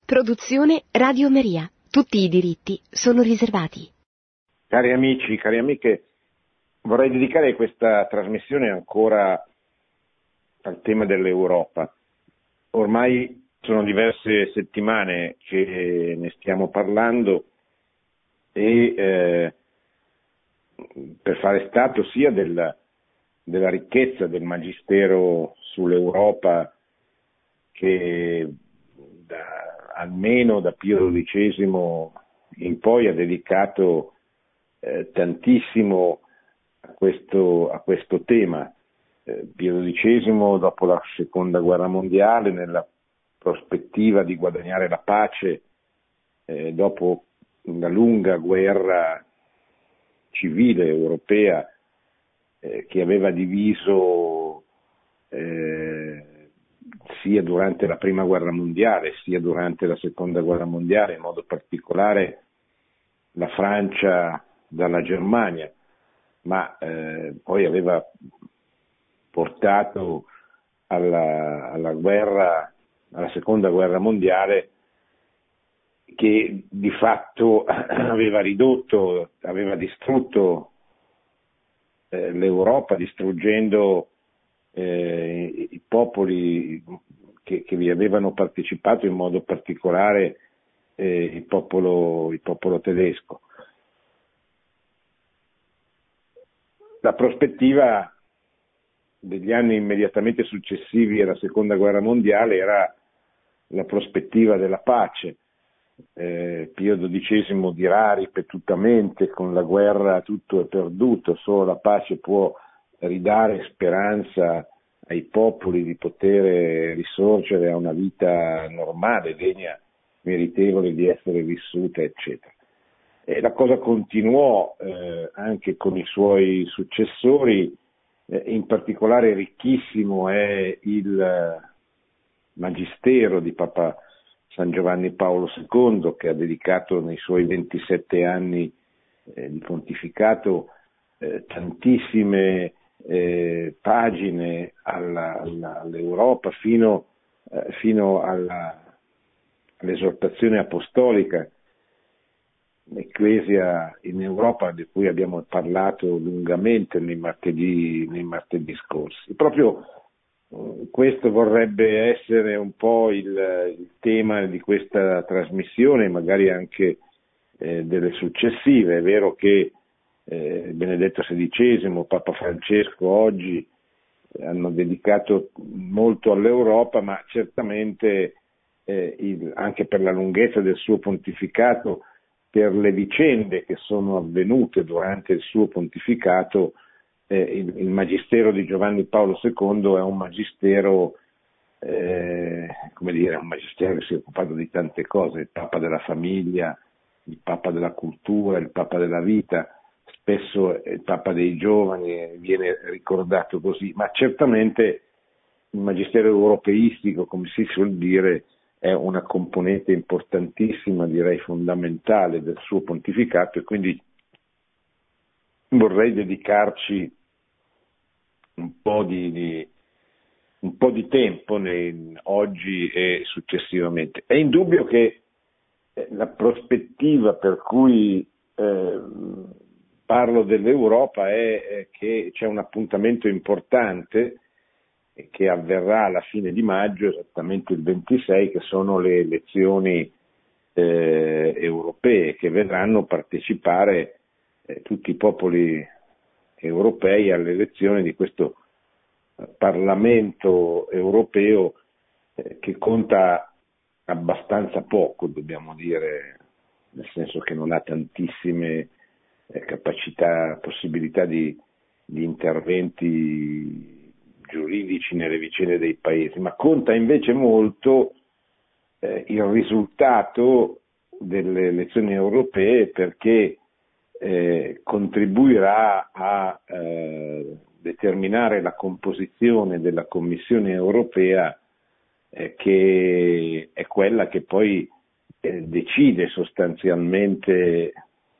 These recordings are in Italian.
Produzione Radio Maria. Tutti i diritti sono riservati. Cari amici, cari amiche, vorrei dedicare questa trasmissione ancora al tema dell'Europa. Ormai sono diverse settimane che ne stiamo parlando e per fare stato sia della ricchezza del magistero sull'Europa che almeno da Pio XII in poi ha dedicato tantissimo a questo tema. Pio XII, dopo la seconda guerra mondiale, nella prospettiva di guadagnare la pace dopo una lunga guerra civile europea che aveva diviso sia durante la prima guerra mondiale sia durante la seconda guerra mondiale, in modo particolare la Francia dalla Germania, ma poi aveva portato alla seconda guerra mondiale, che di fatto aveva distrutto l'Europa, distruggendo i popoli che vi avevano partecipato, in modo particolare il popolo tedesco. La prospettiva degli anni immediatamente successivi alla seconda guerra mondiale era la prospettiva della pace. Pio XII dirà ripetutamente: con la guerra tutto è perduto, solo la pace può ridare speranza ai popoli di poter risorgere a una vita normale, degna, meritevole di essere vissuta, eccetera. E la cosa continuò anche con i suoi successori, in particolare ricchissimo è il magistero di Papa San Giovanni Paolo II, che ha dedicato nei suoi 27 anni di pontificato tantissime pagine all'Europa, fino all'esortazione apostolica, l'Ecclesia in Europa, di cui abbiamo parlato lungamente nei martedì scorsi. Proprio questo vorrebbe essere un po' il tema di questa trasmissione, magari anche delle successive. È vero che Benedetto XVI, Papa Francesco oggi hanno dedicato molto all'Europa, ma certamente anche per la lunghezza del suo pontificato, per le vicende che sono avvenute durante il suo pontificato, il magistero di Giovanni Paolo II è un magistero, un magistero che si è occupato di tante cose: il Papa della famiglia, il Papa della cultura, il Papa della vita. Spesso il Papa dei giovani viene ricordato così, ma certamente il magistero europeistico, come si suol dire, è una componente importantissima, direi fondamentale, del suo pontificato, e quindi vorrei dedicarci un po' di tempo oggi e successivamente. È indubbio che la prospettiva per cui parlo dell'Europa è che c'è un appuntamento importante che avverrà alla fine di maggio, esattamente il 26, che sono le elezioni europee, che vedranno partecipare tutti i popoli europei alle elezioni di questo Parlamento europeo che conta abbastanza poco, dobbiamo dire, nel senso che non ha tantissime capacità, possibilità di interventi giuridici nelle vicende dei paesi, ma conta invece molto il risultato delle elezioni europee, perché contribuirà a determinare la composizione della Commissione europea, che è quella che poi decide sostanzialmente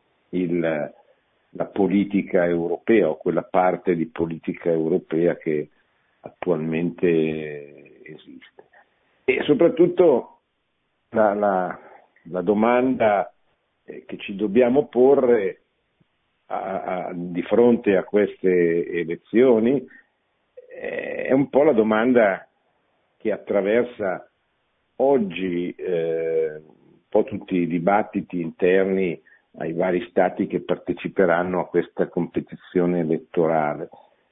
la politica europea, o quella parte di politica europea che attualmente esiste. E soprattutto la domanda che ci dobbiamo porre di fronte a queste elezioni è un po' la domanda che attraversa oggi un po' tutti i dibattiti interni ai vari stati che parteciperanno a questa competizione elettorale.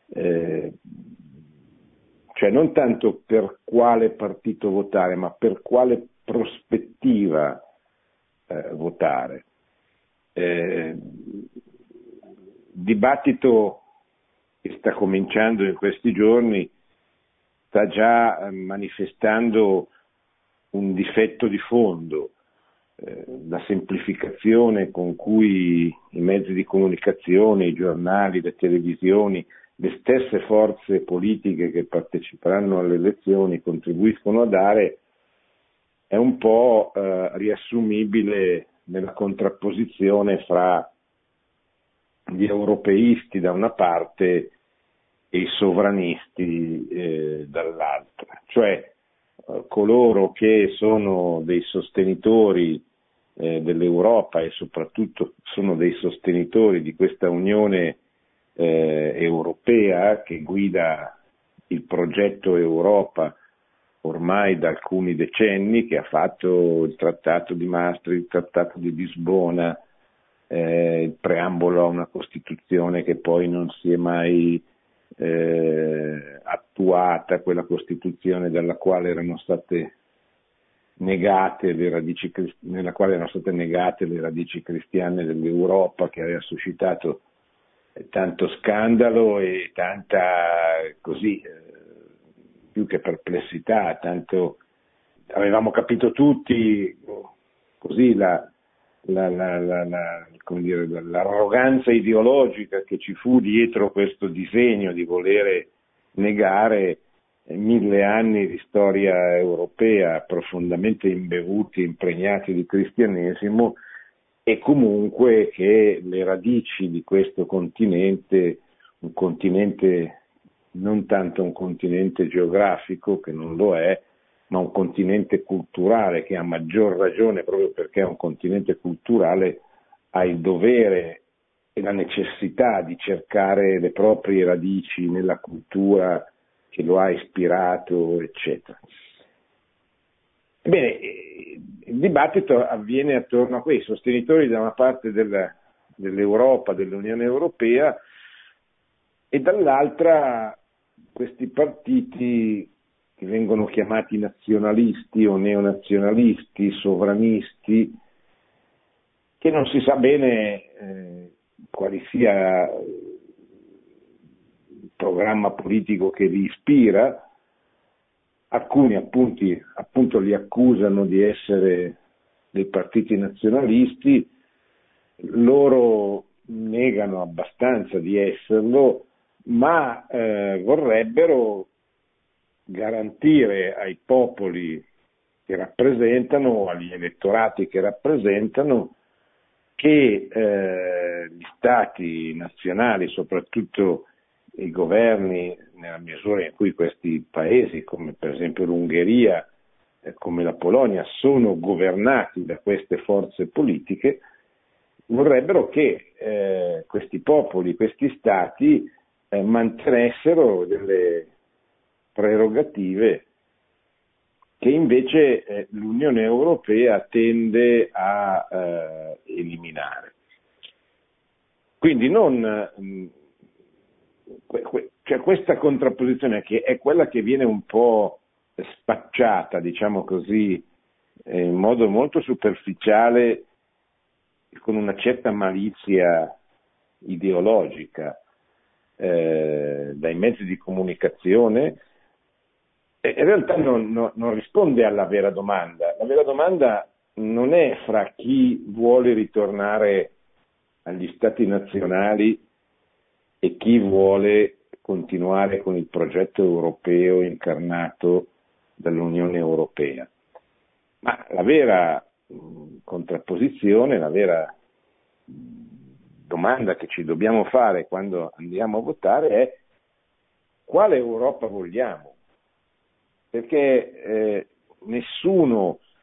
Cioè non tanto per quale partito votare, ma per quale prospettiva votare. Dibattito che sta cominciando in questi giorni sta già manifestando un difetto di fondo, la semplificazione con cui i mezzi di comunicazione, i giornali, le televisioni, le stesse forze politiche che parteciperanno alle elezioni contribuiscono a dare, è un po' riassumibile nella contrapposizione fra gli europeisti da una parte e i sovranisti dall'altra, cioè coloro che sono dei sostenitori dell'Europa e soprattutto sono dei sostenitori di questa Unione europea che guida il progetto Europa ormai da alcuni decenni, che ha fatto il Trattato di Maastricht, il Trattato di Lisbona, il preambolo a una Costituzione che poi non si è mai attuata, quella Costituzione dalla quale erano state negate le radici, nella quale erano state negate le radici cristiane dell'Europa, che aveva suscitato tanto scandalo e tanta così più che perplessità, tanto avevamo capito tutti così l'arroganza ideologica che ci fu dietro questo disegno di volere negare 1000 anni di storia europea profondamente imbevuti, impregnati di cristianesimo, e comunque che le radici di questo continente, un continente non tanto un continente geografico, che non lo è, ma un continente culturale che a maggior ragione, proprio perché è un continente culturale, ha il dovere e la necessità di cercare le proprie radici nella cultura che lo ha ispirato, eccetera. Ebbene, il dibattito avviene attorno a quei sostenitori da una parte dell'Europa, dell'Unione Europea, e dall'altra questi partiti che vengono chiamati nazionalisti o neonazionalisti, sovranisti, che non si sa bene quale sia il programma politico che li ispira. Alcuni appunto li accusano di essere dei partiti nazionalisti, loro negano abbastanza di esserlo, ma vorrebbero garantire ai popoli che rappresentano, agli elettorati che rappresentano, che gli stati nazionali, soprattutto i governi, nella misura in cui questi paesi, come per esempio l'Ungheria, come la Polonia, sono governati da queste forze politiche, vorrebbero che questi popoli, questi stati mantenessero delle prerogative che invece l'Unione Europea tende a eliminare. Quindi cioè questa contrapposizione, che è quella che viene un po' spacciata, diciamo così, in modo molto superficiale, con una certa malizia ideologica dai mezzi di comunicazione, in realtà non risponde alla vera domanda. La vera domanda non è fra chi vuole ritornare agli stati nazionali e chi vuole continuare con il progetto europeo incarnato dall'Unione Europea. Ma la vera contrapposizione, la vera domanda che ci dobbiamo fare quando andiamo a votare è: quale Europa vogliamo? Perché nessuno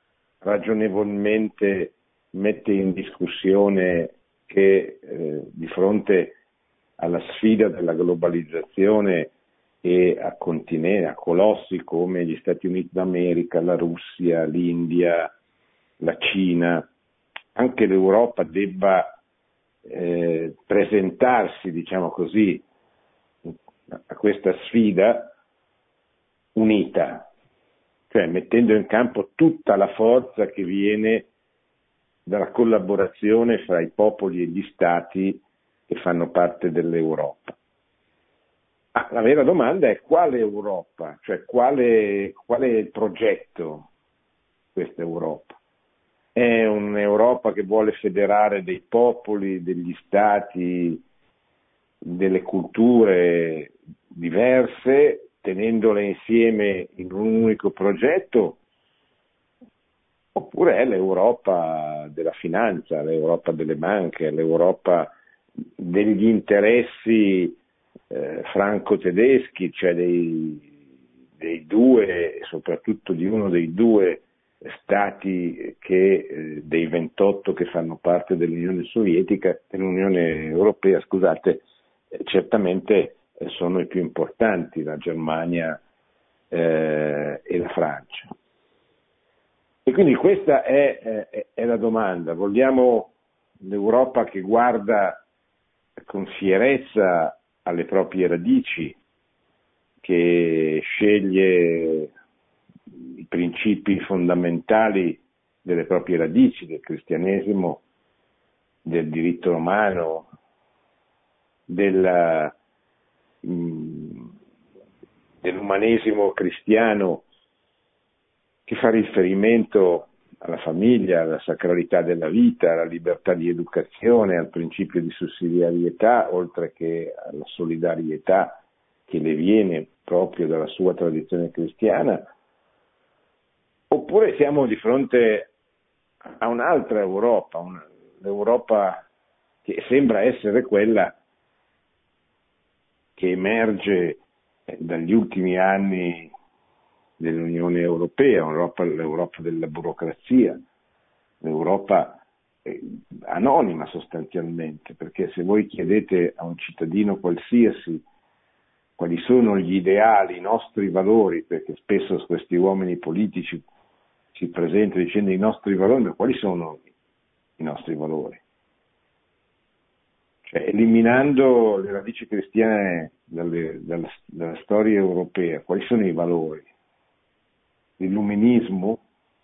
ragionevolmente mette in discussione che di fronte alla sfida della globalizzazione e a continenti, a colossi come gli Stati Uniti d'America, la Russia, l'India, la Cina, anche l'Europa debba presentarsi, diciamo così, a questa sfida unita, cioè mettendo in campo tutta la forza che viene dalla collaborazione fra i popoli e gli stati che fanno parte dell'Europa. La vera domanda è quale Europa, cioè qual è il progetto di questa Europa? È un'Europa che vuole federare dei popoli, degli stati, delle culture diverse, tenendole insieme in un unico progetto? Oppure è l'Europa della finanza, l'Europa delle banche, l'Europa degli interessi franco-tedeschi, cioè dei due, soprattutto di uno dei due stati dei 28 che fanno parte dell'Unione Sovietica, dell'Unione Europea, scusate, certamente sono i più importanti, la Germania e la Francia. E quindi questa è la domanda: vogliamo l'Europa che guarda con fierezza alle proprie radici, che sceglie i principi fondamentali delle proprie radici, del cristianesimo, del diritto romano, dell'umanesimo cristiano, che fa riferimento alla famiglia, alla sacralità della vita, alla libertà di educazione, al principio di sussidiarietà, oltre che alla solidarietà che le viene proprio dalla sua tradizione cristiana? Oppure siamo di fronte a un'altra Europa, l'Europa che sembra essere quella che emerge dagli ultimi anni dell'Unione Europea, l'Europa della burocrazia, l'Europa anonima sostanzialmente, perché se voi chiedete a un cittadino qualsiasi quali sono gli ideali, i nostri valori, perché spesso questi uomini politici si presentano dicendo i nostri valori, ma quali sono i nostri valori? Cioè, eliminando le radici cristiane dalla storia europea, quali sono i valori? L'illuminismo,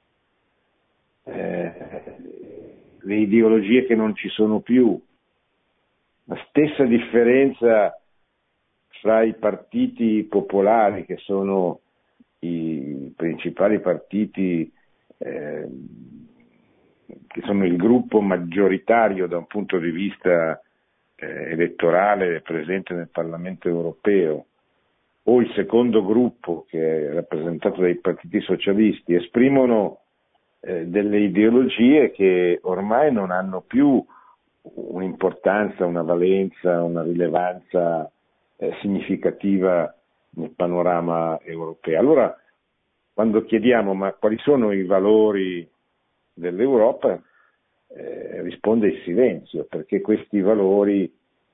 le ideologie che non ci sono più, la stessa differenza fra i partiti popolari, che sono i principali partiti, che sono il gruppo maggioritario da un punto di vista elettorale presente nel Parlamento europeo, o il secondo gruppo che è rappresentato dai partiti socialisti, esprimono delle ideologie che ormai non hanno più un'importanza, una valenza, una rilevanza significativa nel panorama europeo. Allora, quando chiediamo ma quali sono i valori dell'Europa, risponde il silenzio, perché questi valori,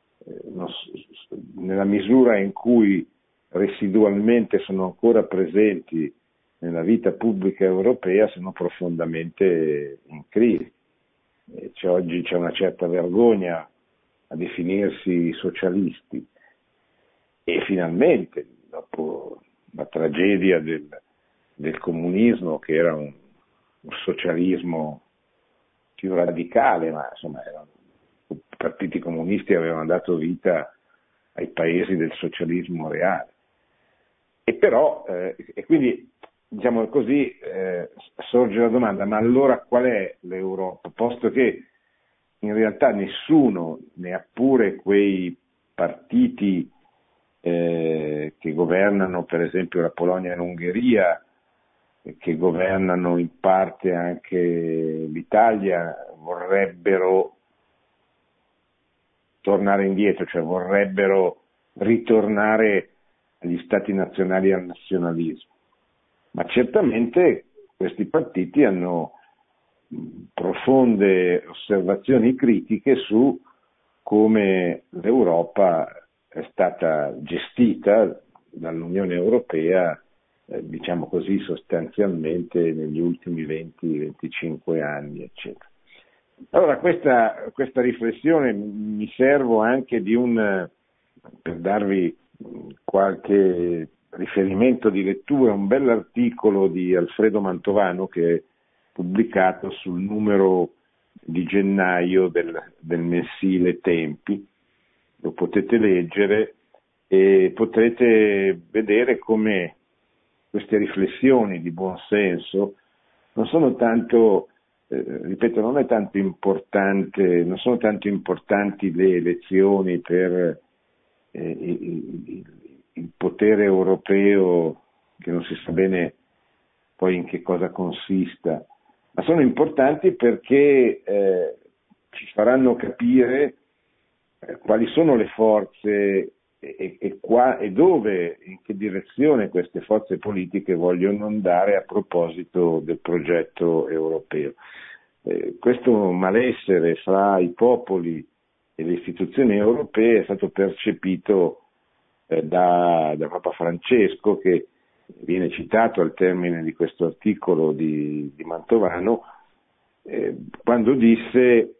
nella misura in cui residualmente sono ancora presenti nella vita pubblica europea, sono profondamente in crisi. Oggi c'è una certa vergogna a definirsi socialisti, e finalmente, dopo la tragedia del comunismo, che era un socialismo più radicale, ma insomma i partiti comunisti avevano dato vita ai paesi del socialismo reale. E quindi, diciamo così, sorge la domanda: ma allora qual è l'Europa? Posto che in realtà nessuno, neppure quei partiti che governano per esempio la Polonia e l'Ungheria, che governano in parte anche l'Italia, vorrebbero tornare indietro, cioè vorrebbero ritornare agli stati nazionali e al nazionalismo. Ma certamente questi partiti hanno profonde osservazioni critiche su come l'Europa è stata gestita dall'Unione Europea, diciamo così, sostanzialmente negli ultimi 20-25 anni, eccetera. Allora questa riflessione mi servo anche per darvi qualche riferimento di lettura, un bell'articolo di Alfredo Mantovano che è pubblicato sul numero di gennaio del mensile Tempi. Lo potete leggere e potrete vedere come queste riflessioni di buon senso non sono tanto, ripeto, non sono tanto importanti le elezioni per il potere europeo, che non si sa bene poi in che cosa consista, ma sono importanti perché ci faranno capire quali sono le forze e dove, in che direzione queste forze politiche vogliono andare a proposito del progetto europeo. Questo malessere fra i popoli e le istituzioni europee è stato percepito da Papa Francesco, che viene citato al termine di questo articolo di Mantovano, quando disse,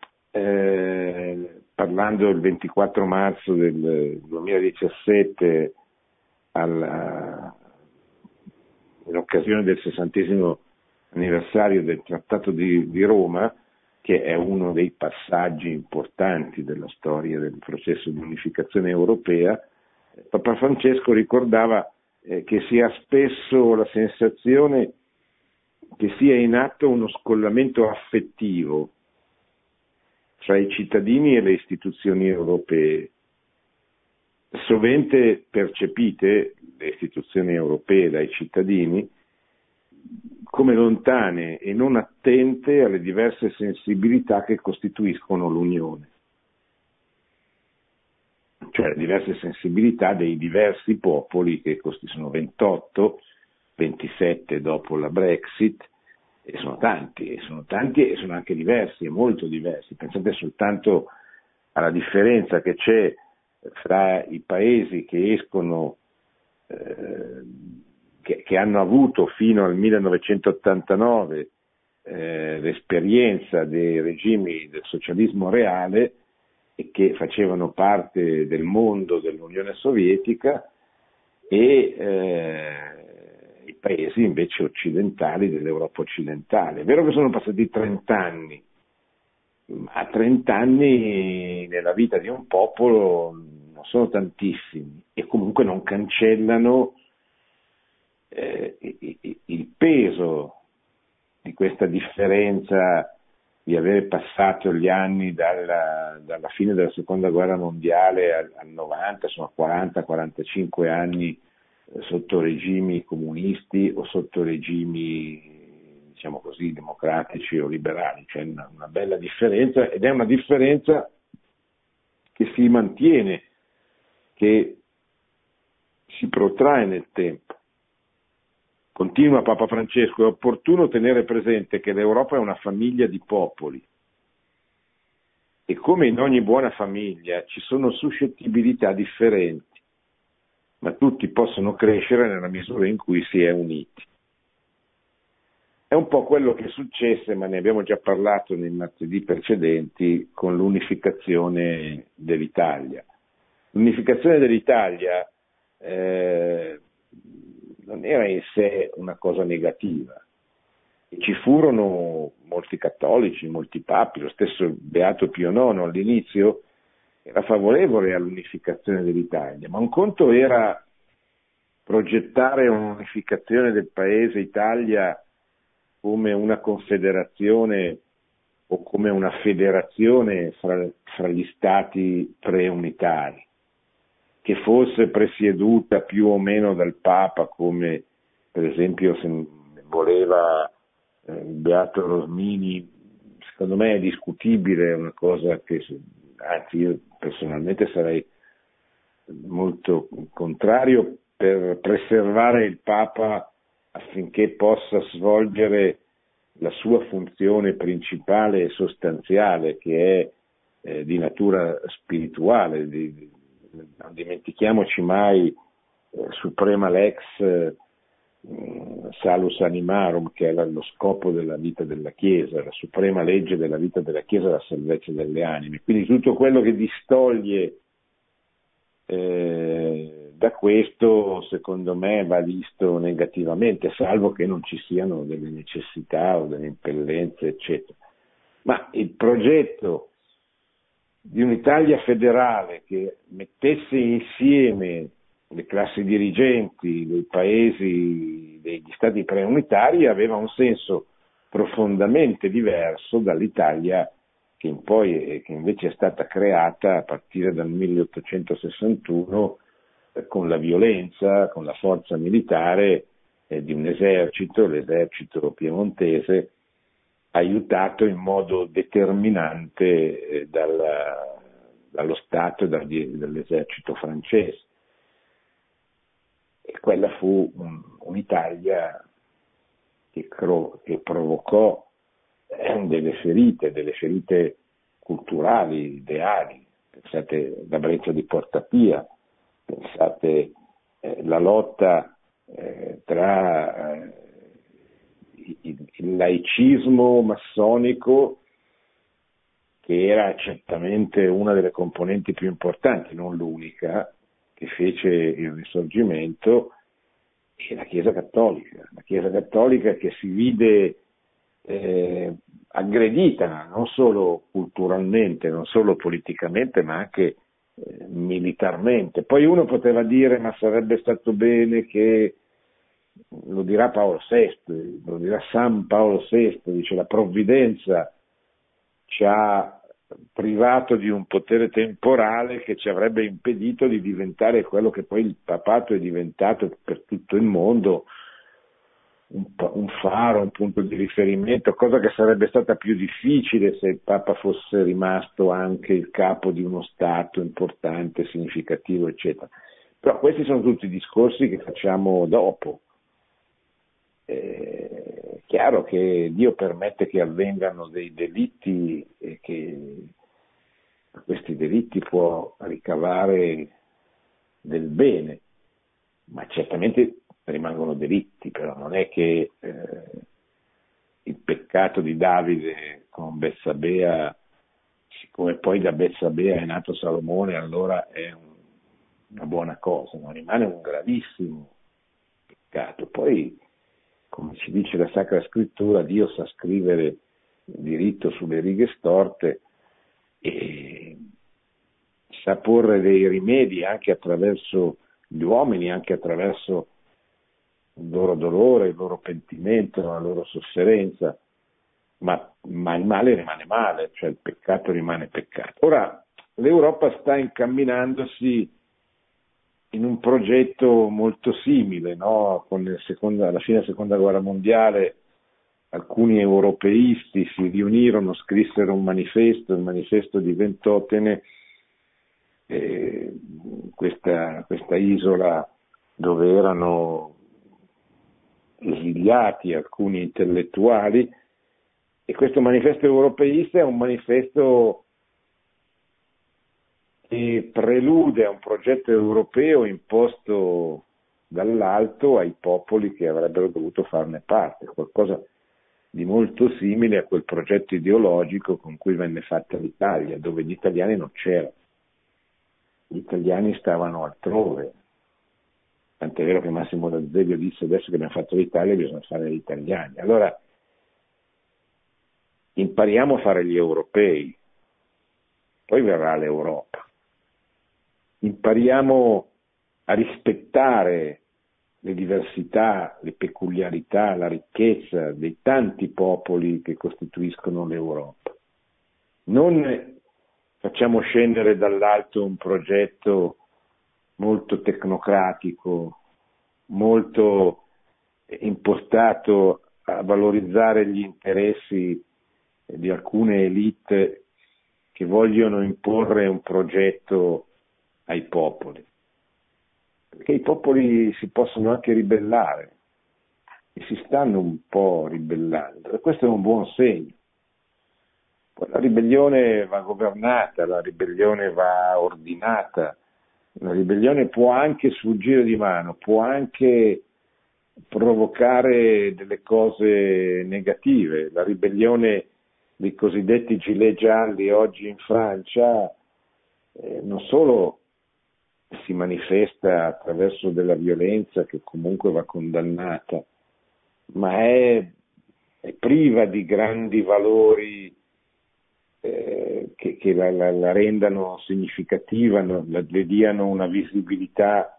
parlando il 24 marzo del 2017 in occasione del 60° anniversario del Trattato di Roma, che è uno dei passaggi importanti della storia del processo di unificazione europea, Papa Francesco ricordava che si ha spesso la sensazione che sia in atto uno scollamento affettivo tra i cittadini e le istituzioni europee. Sovente percepite le istituzioni europee dai cittadini come lontane e non attente alle diverse sensibilità che costituiscono l'Unione, cioè le diverse sensibilità dei diversi popoli, che sono 28, 27 dopo la Brexit, e sono tanti e sono anche diversi, e molto diversi. Pensate soltanto alla differenza che c'è fra i paesi che escono, che hanno avuto fino al 1989 l'esperienza dei regimi del socialismo reale e che facevano parte del mondo dell'Unione Sovietica, e i paesi invece occidentali, dell'Europa occidentale. È vero che sono passati 30 anni, ma 30 anni nella vita di un popolo non sono tantissimi, e comunque non cancellano il peso di questa differenza di aver passato gli anni dalla fine della seconda guerra mondiale al 90, sono 40-45 anni sotto regimi comunisti o sotto regimi, diciamo così, democratici o liberali. C'è una bella differenza, ed è una differenza che si mantiene, che si protrae nel tempo. Continua Papa Francesco: è opportuno tenere presente che l'Europa è una famiglia di popoli e, come in ogni buona famiglia, ci sono suscettibilità differenti, ma tutti possono crescere nella misura in cui si è uniti. È un po' quello che successe, ma ne abbiamo già parlato nei martedì precedenti, con l'unificazione dell'Italia. L'unificazione dell'Italia non era in sé una cosa negativa. Ci furono molti cattolici, molti papi, lo stesso Beato Pio IX all'inizio era favorevole all'unificazione dell'Italia, ma un conto era progettare un'unificazione del paese Italia come una confederazione o come una federazione fra gli stati preunitari, che fosse presieduta più o meno dal Papa, come per esempio se voleva il Beato Rosmini. Secondo me è discutibile, è una cosa che, anzi, io personalmente sarei molto contrario, per preservare il Papa affinché possa svolgere la sua funzione principale e sostanziale, che è di natura spirituale. Non dimentichiamoci mai suprema lex salus animarum, che è lo scopo della vita della Chiesa, la suprema legge della vita della Chiesa, la salvezza delle anime. Quindi tutto quello che distoglie da questo, secondo me, va visto negativamente, salvo che non ci siano delle necessità o delle impellenze, eccetera. Ma il progetto di un'Italia federale che mettesse insieme le classi dirigenti dei paesi, degli stati preunitari, aveva un senso profondamente diverso dall'Italia che invece è stata creata a partire dal 1861 con la violenza, con la forza militare di un esercito, l'esercito piemontese, aiutato in modo determinante dallo Stato e dall'esercito francese. E quella fu un'Italia che provocò delle ferite culturali, ideali. Pensate la Brezza di Porta Pia, pensate la lotta tra il laicismo massonico, che era certamente una delle componenti più importanti, non l'unica, che fece il Risorgimento, e la Chiesa Cattolica che si vide aggredita non solo culturalmente, non solo politicamente, ma anche militarmente. Poi uno poteva dire: ma sarebbe stato bene che, lo dirà Paolo VI, lo dirà San Paolo VI, dice: la provvidenza ci ha privato di un potere temporale che ci avrebbe impedito di diventare quello che poi il papato è diventato per tutto il mondo, un faro, un punto di riferimento, cosa che sarebbe stata più difficile se il Papa fosse rimasto anche il capo di uno Stato importante, significativo, eccetera. Però questi sono tutti discorsi che facciamo dopo. È chiaro che Dio permette che avvengano dei delitti e che a questi delitti può ricavare del bene, ma certamente rimangono delitti. Però non è che il peccato di Davide con Betsabea, siccome poi da Betsabea è nato Salomone, allora è una buona cosa, ma rimane un gravissimo peccato. Poi, come ci dice la Sacra Scrittura, Dio sa scrivere diritto sulle righe storte e sa porre dei rimedi anche attraverso gli uomini, anche attraverso il loro dolore, il loro pentimento, la loro sofferenza, ma il male rimane male, cioè il peccato rimane peccato. Ora, l'Europa sta incamminandosi in un progetto molto simile, no? Alla fine della Seconda Guerra Mondiale alcuni europeisti si riunirono, scrissero un manifesto, il manifesto di Ventotene, questa isola dove erano esiliati alcuni intellettuali, e questo manifesto europeista è un manifesto che prelude a un progetto europeo imposto dall'alto ai popoli che avrebbero dovuto farne parte, qualcosa di molto simile a quel progetto ideologico con cui venne fatta l'Italia, dove gli italiani non c'erano, gli italiani stavano altrove. Tant'è vero che Massimo D'Azeglio disse: adesso che abbiamo fatto l'Italia bisogna fare gli italiani. Allora impariamo a fare gli europei, poi verrà l'Europa. Impariamo a rispettare le diversità, le peculiarità, la ricchezza dei tanti popoli che costituiscono l'Europa. Non facciamo scendere dall'alto un progetto molto tecnocratico, molto impostato a valorizzare gli interessi di alcune elite che vogliono imporre un progetto ai popoli, perché i popoli si possono anche ribellare, e si stanno un po' ribellando, e questo è un buon segno. Poi la ribellione va governata, la ribellione va ordinata, la ribellione può anche sfuggire di mano, può anche provocare delle cose negative. La ribellione dei cosiddetti gilet gialli oggi in Francia non solo si manifesta attraverso della violenza che comunque va condannata, ma è priva di grandi valori che la rendano significativa, le diano una visibilità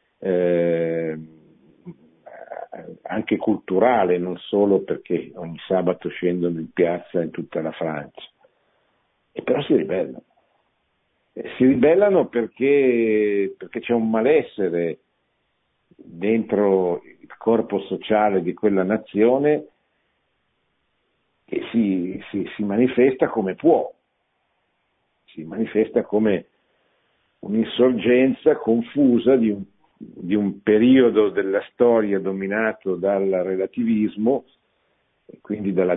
anche culturale, non solo perché ogni sabato scendono in piazza in tutta la Francia. E però si ribellano. Si ribellano perché c'è un malessere dentro il corpo sociale di quella nazione che si manifesta come può, si manifesta come un'insorgenza confusa di un periodo della storia dominato dal relativismo, e quindi dalla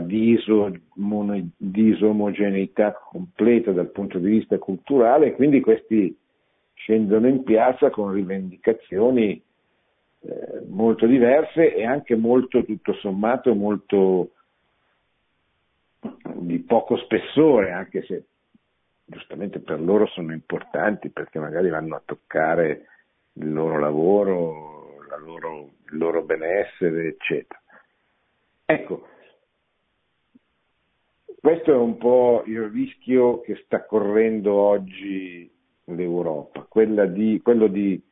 disomogeneità completa dal punto di vista culturale, e quindi questi scendono in piazza con rivendicazioni molto diverse e anche molto, tutto sommato, molto di poco spessore, anche se giustamente per loro sono importanti perché magari vanno a toccare il loro lavoro, il loro benessere, eccetera. Ecco, questo è un po' il rischio che sta correndo oggi l'Europa, quello di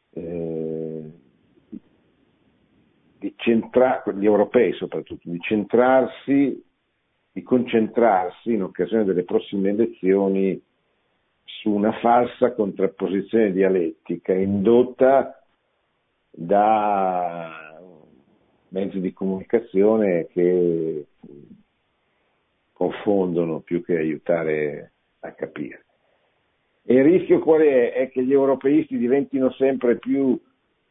gli europei soprattutto, di concentrarsi in occasione delle prossime elezioni su una falsa contrapposizione dialettica indotta da mezzi di comunicazione che confondono più che aiutare a capire. E il rischio qual è? È che gli europeisti diventino sempre più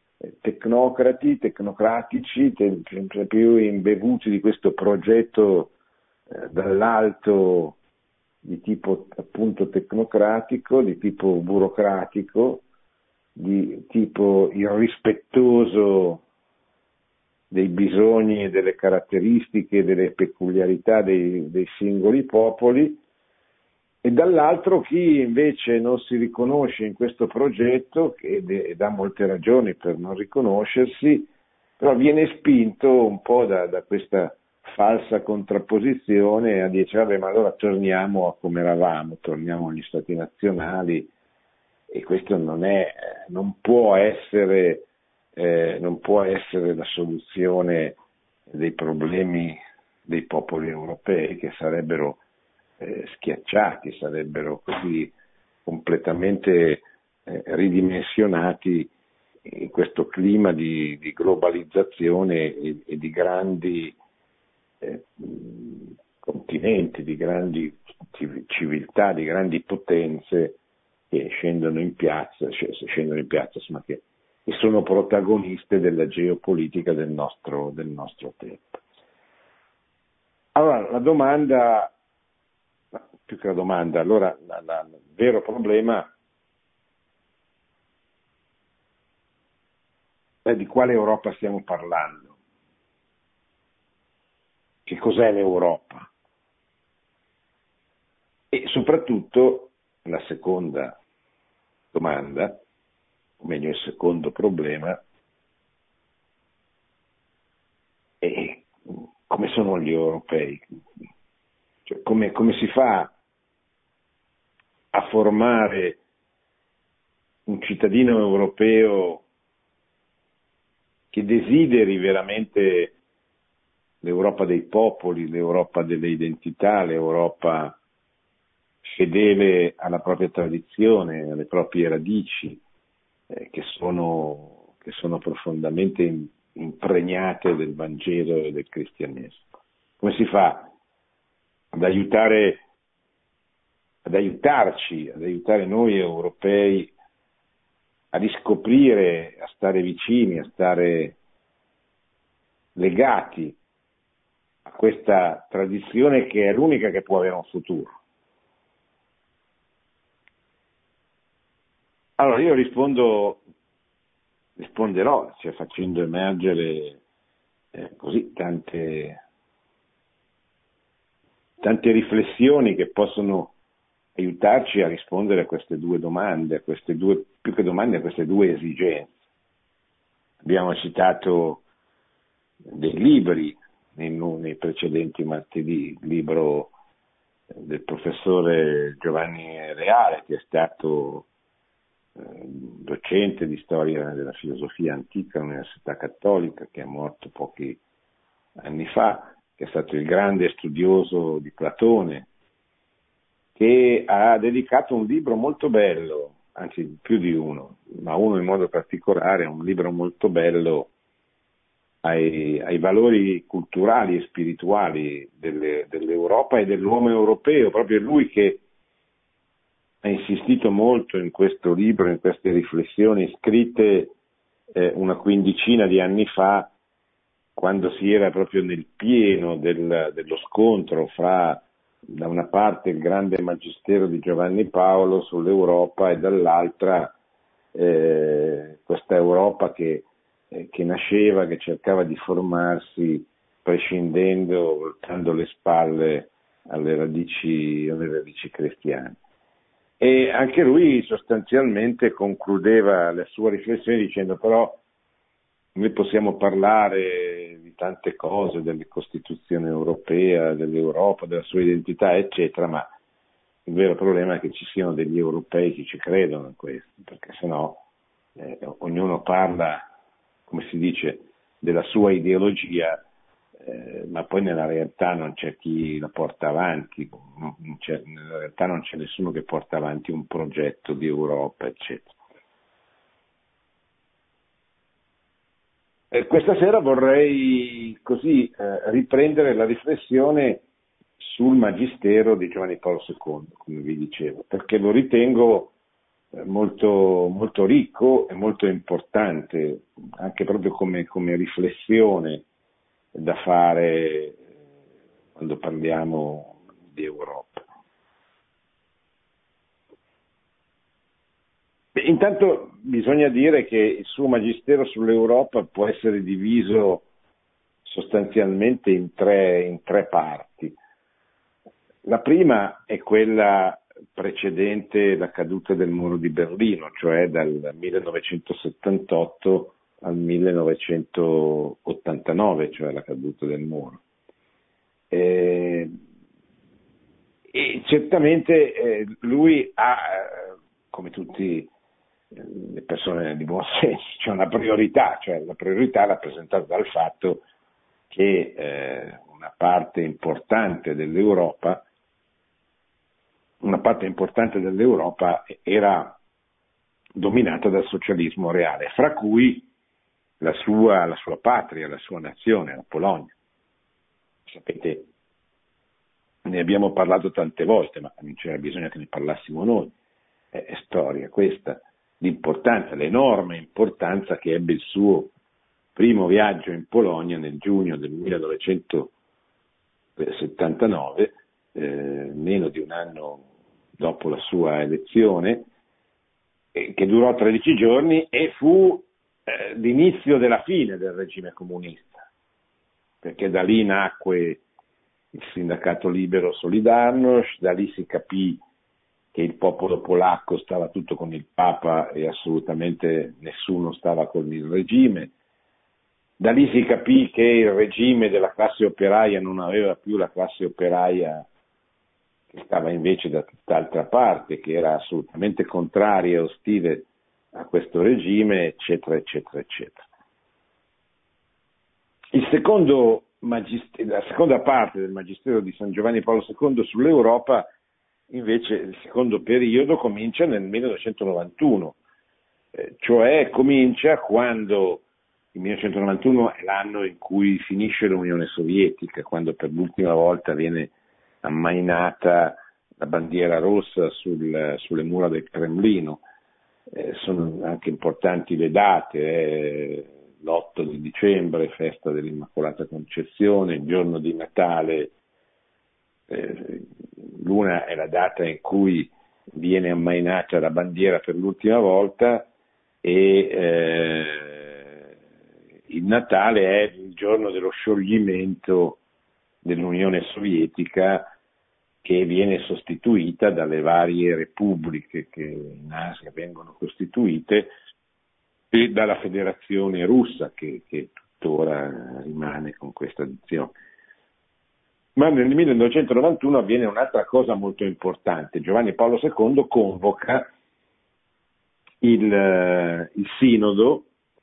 tecnocratici, sempre più imbevuti di questo progetto dall'alto di tipo appunto tecnocratico, di tipo burocratico, di tipo irrispettoso dei bisogni e delle caratteristiche, delle peculiarità dei singoli popoli, e dall'altro chi invece non si riconosce in questo progetto, e dà molte ragioni per non riconoscersi, però viene spinto un po' da questa falsa contrapposizione a dire vabbè, ma allora torniamo a come eravamo, torniamo agli stati nazionali, e questo non può essere la soluzione dei problemi dei popoli europei, che sarebbero schiacciati, sarebbero così completamente ridimensionati in questo clima di globalizzazione e di grandi continenti, di grandi civiltà, di grandi potenze che scendono in piazza, insomma, che sono protagoniste della geopolitica del nostro tempo. Allora, la domanda, più che la domanda, allora il vero problema è di quale Europa stiamo parlando. Che cos'è l'Europa? E soprattutto la seconda domanda, o meglio il secondo problema, è come sono gli europei? Cioè, come si fa a formare un cittadino europeo che desideri veramente l'Europa dei popoli, l'Europa delle identità, l'Europa fedele alla propria tradizione, alle proprie radici, che sono profondamente impregnate del Vangelo e del cristianesimo. Come si fa ad aiutare ad aiutare noi europei a riscoprire, a stare vicini, a stare legati a questa tradizione che è l'unica che può avere un futuro. Allora io risponderò, cioè facendo emergere così tante riflessioni che possono aiutarci a rispondere a queste due domande, più che domande, a queste due esigenze. Abbiamo citato dei libri nei precedenti martedì, il libro del professore Giovanni Reale, che è stato docente di storia della filosofia antica all'Università Cattolica, che è morto pochi anni fa, che è stato il grande studioso di Platone, che ha dedicato un libro molto bello, anzi più di uno, ma uno in modo particolare, un libro molto bello ai valori culturali e spirituali dell'Europa e dell'uomo europeo, proprio lui che ha insistito molto in questo libro, in queste riflessioni scritte una quindicina di anni fa, quando si era proprio nel pieno dello scontro fra, da una parte, il grande magistero di Giovanni Paolo sull'Europa e dall'altra questa Europa che nasceva, che cercava di formarsi prescindendo, voltando le spalle alle radici cristiane. E anche lui sostanzialmente concludeva la sua riflessione dicendo: però noi possiamo parlare di tante cose, della Costituzione europea, dell'Europa, della sua identità, eccetera, ma il vero problema è che ci siano degli europei che ci credono in questo, perché sennò ognuno parla, come si dice, della sua ideologia, ma poi nella realtà non c'è chi la porta avanti, nella realtà non c'è nessuno che porta avanti un progetto di Europa, eccetera. Questa sera vorrei così riprendere la riflessione sul magistero di Giovanni Paolo II, come vi dicevo, perché lo ritengo molto, molto ricco e molto importante, anche proprio come riflessione da fare quando parliamo di Europa. Intanto bisogna dire che il suo magistero sull'Europa può essere diviso sostanzialmente in tre parti. La prima è quella precedente la caduta del muro di Berlino, cioè dal 1978 al 1989, cioè la caduta del muro. E certamente lui ha, come tutti le persone di buon senso, c'è una priorità, cioè la priorità è rappresentata dal fatto che una parte importante dell'Europa era dominata dal socialismo reale, fra cui la sua patria, la sua nazione, la Polonia. Sapete, ne abbiamo parlato tante volte, ma non c'era bisogno che ne parlassimo noi. È storia questa, l'importanza, l'enorme importanza che ebbe il suo primo viaggio in Polonia nel giugno del 1979, meno di un anno dopo la sua elezione, che durò 13 giorni e fu l'inizio della fine del regime comunista, perché da lì nacque il sindacato libero Solidarność, da lì si capì che il popolo polacco stava tutto con il Papa e assolutamente nessuno stava con il regime. Da lì si capì che il regime della classe operaia non aveva più la classe operaia che stava invece da tutt'altra parte, che era assolutamente contraria e ostile a questo regime, eccetera, eccetera, eccetera. La seconda parte del Magistero di San Giovanni Paolo II sull'Europa, invece, il secondo periodo comincia nel 1991, cioè comincia quando il 1991 è l'anno in cui finisce l'Unione Sovietica, quando per l'ultima volta viene ammainata la bandiera rossa sulle mura del Cremlino. Sono anche importanti le date, l'8 di dicembre, festa dell'Immacolata Concezione, il giorno di Natale, l'una è la data in cui viene ammainata la bandiera per l'ultima volta e il Natale è il giorno dello scioglimento dell'Unione Sovietica, che viene sostituita dalle varie repubbliche che in Asia vengono costituite e dalla Federazione Russa che tuttora rimane con questa dizione. Ma nel 1991 avviene un'altra cosa molto importante. Giovanni Paolo II convoca il Sinodo,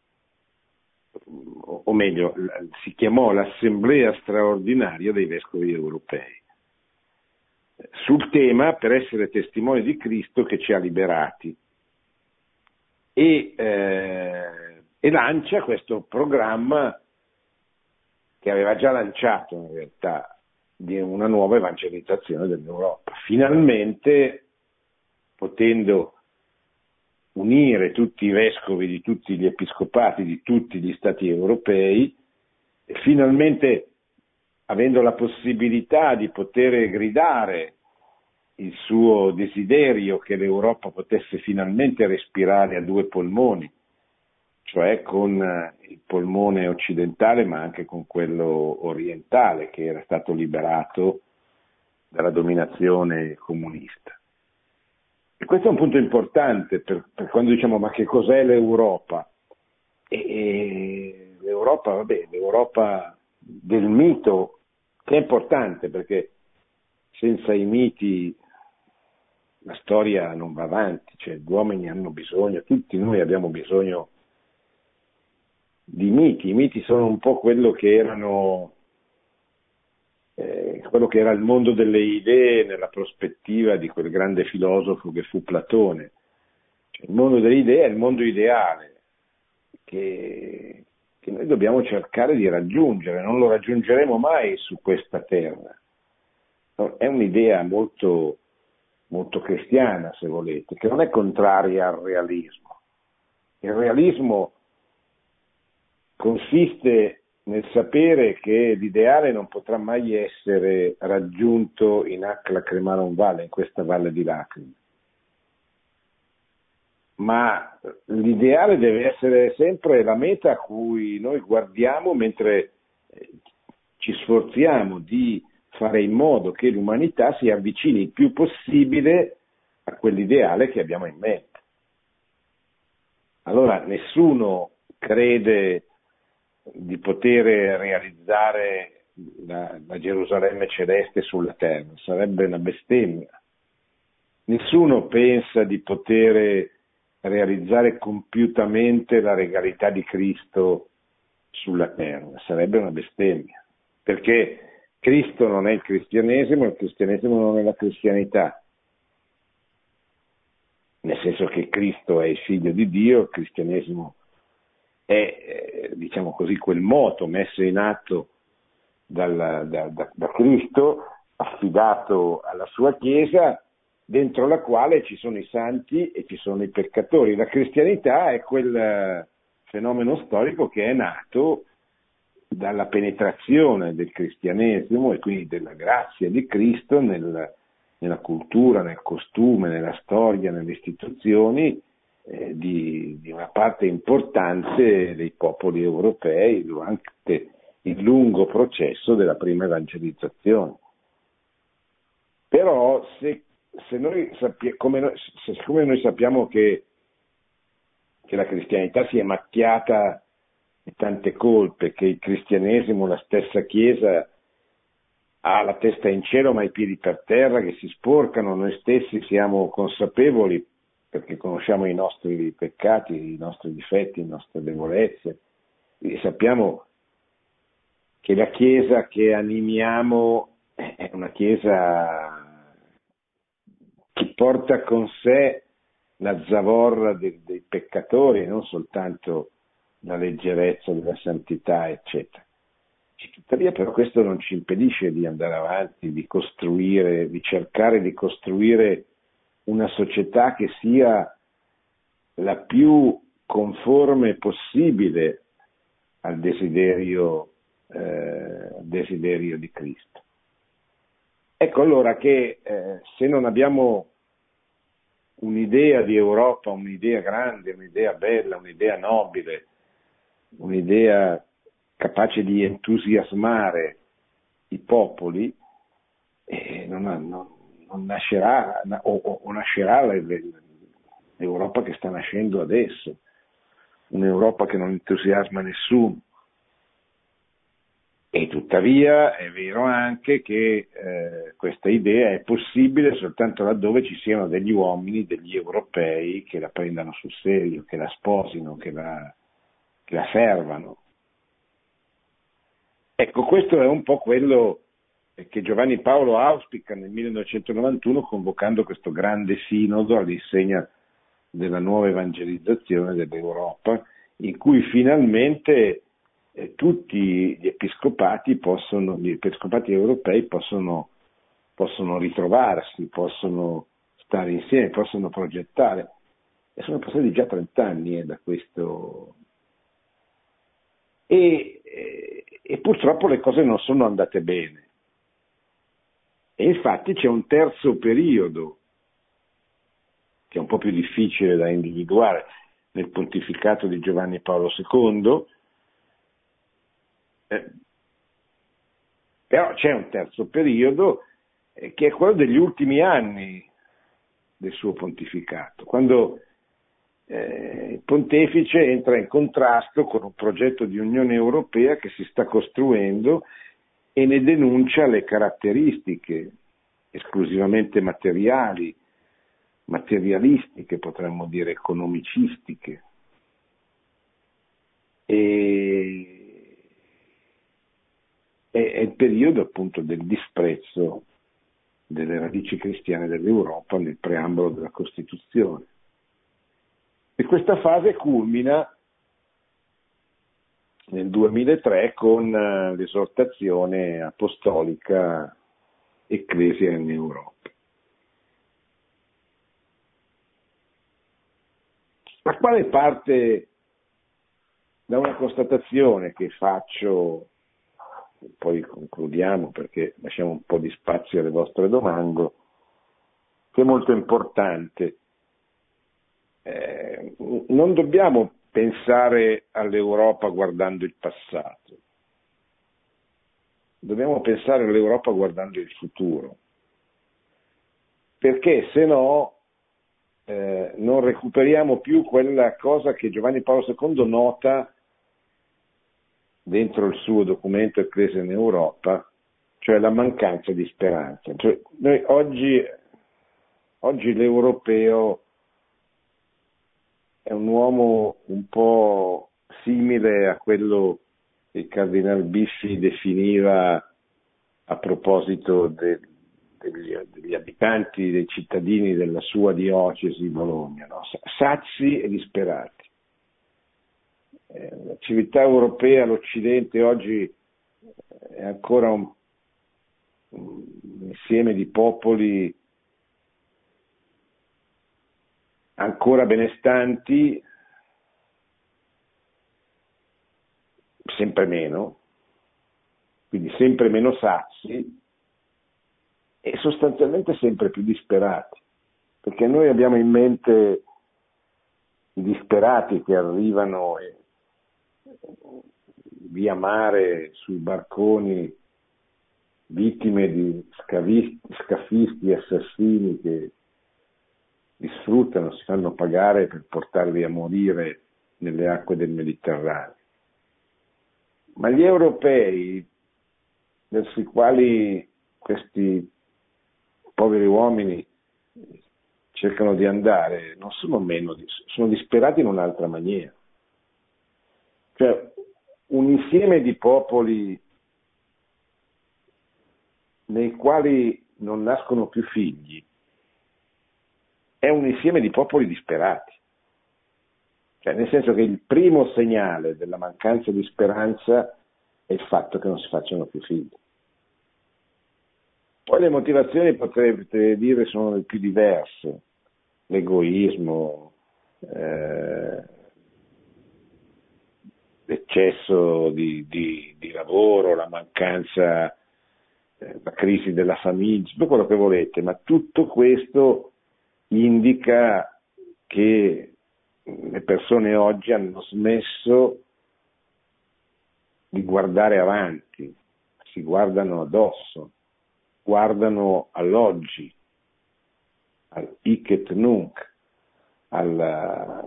o meglio, si chiamò l'Assemblea straordinaria dei Vescovi europei, sul tema per essere testimoni di Cristo che ci ha liberati. E lancia questo programma che aveva già lanciato in realtà di una nuova evangelizzazione dell'Europa, finalmente potendo unire tutti i vescovi di tutti gli episcopati di tutti gli stati europei, e finalmente avendo la possibilità di poter gridare il suo desiderio che l'Europa potesse finalmente respirare a due polmoni, cioè con il polmone occidentale ma anche con quello orientale che era stato liberato dalla dominazione comunista. E questo è un punto importante per quando diciamo ma che cos'è l'Europa? E l'Europa, l'Europa del mito, che è importante perché senza i miti la storia non va avanti, cioè gli uomini hanno bisogno, tutti noi abbiamo bisogno di miti. I miti sono un po' quello che era il mondo delle idee nella prospettiva di quel grande filosofo che fu Platone. Cioè, il mondo delle idee è il mondo ideale che noi dobbiamo cercare di raggiungere, non lo raggiungeremo mai su questa terra. È un'idea molto, molto cristiana, se volete, che non è contraria al realismo. Il realismo consiste nel sapere che l'ideale non potrà mai essere raggiunto in Ac Lacrimarum Valle, in questa valle di lacrime. Ma l'ideale deve essere sempre la meta a cui noi guardiamo mentre ci sforziamo di fare in modo che l'umanità si avvicini il più possibile a quell'ideale che abbiamo in mente. Allora nessuno crede di poter realizzare la Gerusalemme celeste sulla terra, sarebbe una bestemmia. Nessuno pensa di poter realizzare compiutamente la regalità di Cristo sulla terra, sarebbe una bestemmia, perché Cristo non è il cristianesimo non è la cristianità, nel senso che Cristo è il figlio di Dio, il cristianesimo è, diciamo così, quel moto messo in atto da Cristo, affidato alla sua Chiesa, dentro la quale ci sono i santi e ci sono i peccatori. La cristianità è quel fenomeno storico che è nato dalla penetrazione del cristianesimo e quindi della grazia di Cristo nella cultura, nel costume, nella storia, nelle istituzioni di una parte importante dei popoli europei durante il lungo processo della prima evangelizzazione. Però siccome noi sappiamo che la cristianità si è macchiata di tante colpe, che il cristianesimo, la stessa Chiesa, ha la testa in cielo ma i piedi per terra, che si sporcano, noi stessi siamo consapevoli perché conosciamo i nostri peccati, i nostri difetti, le nostre debolezze, e sappiamo che la Chiesa che animiamo è una Chiesa che porta con sé la zavorra dei peccatori, non soltanto la leggerezza della santità, eccetera. Tuttavia però questo non ci impedisce di andare avanti, di costruire, di cercare di costruire una società che sia la più conforme possibile al desiderio di Cristo. Ecco allora che se non abbiamo un'idea di Europa, un'idea grande, un'idea bella, un'idea nobile, un'idea capace di entusiasmare i popoli, non nascerà o nascerà l'Europa che sta nascendo adesso, un'Europa che non entusiasma nessuno. E tuttavia è vero anche che questa idea è possibile soltanto laddove ci siano degli uomini, degli europei che la prendano sul serio, che la sposino, che la servano. Ecco, questo è un po' quello che Giovanni Paolo auspica nel 1991 convocando questo grande sinodo all'insegna della nuova evangelizzazione dell'Europa, in cui finalmente tutti gli episcopati europei possono ritrovarsi, possono stare insieme, possono progettare. E sono passati già 30 anni da questo. E purtroppo le cose non sono andate bene. E infatti c'è un terzo periodo, che è un po' più difficile da individuare, nel pontificato di Giovanni Paolo II, però c'è un terzo periodo che è quello degli ultimi anni del suo pontificato, quando il pontefice entra in contrasto con un progetto di Unione Europea che si sta costruendo e ne denuncia le caratteristiche esclusivamente materialistiche, potremmo dire economicistiche. È il periodo appunto del disprezzo delle radici cristiane dell'Europa nel preambolo della Costituzione. E questa fase culmina nel 2003 con l'esortazione apostolica Ecclesia in Europa. La quale parte da una constatazione che faccio, poi concludiamo perché lasciamo un po' di spazio alle vostre domande, che è molto importante. Non dobbiamo pensare all'Europa guardando il passato, dobbiamo pensare all'Europa guardando il futuro, perché se no non recuperiamo più quella cosa che Giovanni Paolo II nota dentro il suo documento Ecclesia in Europa, cioè la mancanza di speranza. Cioè, noi oggi l'europeo è un uomo un po' simile a quello che il Cardinal Biffi definiva a proposito degli abitanti, dei cittadini della sua diocesi Bologna, no? Sazi e disperati. La civiltà europea, l'Occidente oggi è ancora un insieme di popoli ancora benestanti, sempre meno, quindi sempre meno sazi e sostanzialmente sempre più disperati, perché noi abbiamo in mente i disperati che arrivano via mare sui barconi, vittime di scafisti, assassini che li sfruttano, si fanno pagare per portarli a morire nelle acque del Mediterraneo. Ma gli europei, verso i quali questi poveri uomini cercano di andare, non sono meno, sono disperati in un'altra maniera. Cioè, un insieme di popoli nei quali non nascono più figli è un insieme di popoli disperati. Cioè, nel senso che il primo segnale della mancanza di speranza è il fatto che non si facciano più figli. Poi le motivazioni potrete dire sono le più diverse, l'egoismo, l'eccesso di lavoro, la mancanza, la crisi della famiglia, tutto quello che volete, ma tutto questo indica che le persone oggi hanno smesso di guardare avanti, si guardano addosso, guardano all'oggi, al hic et nunc, al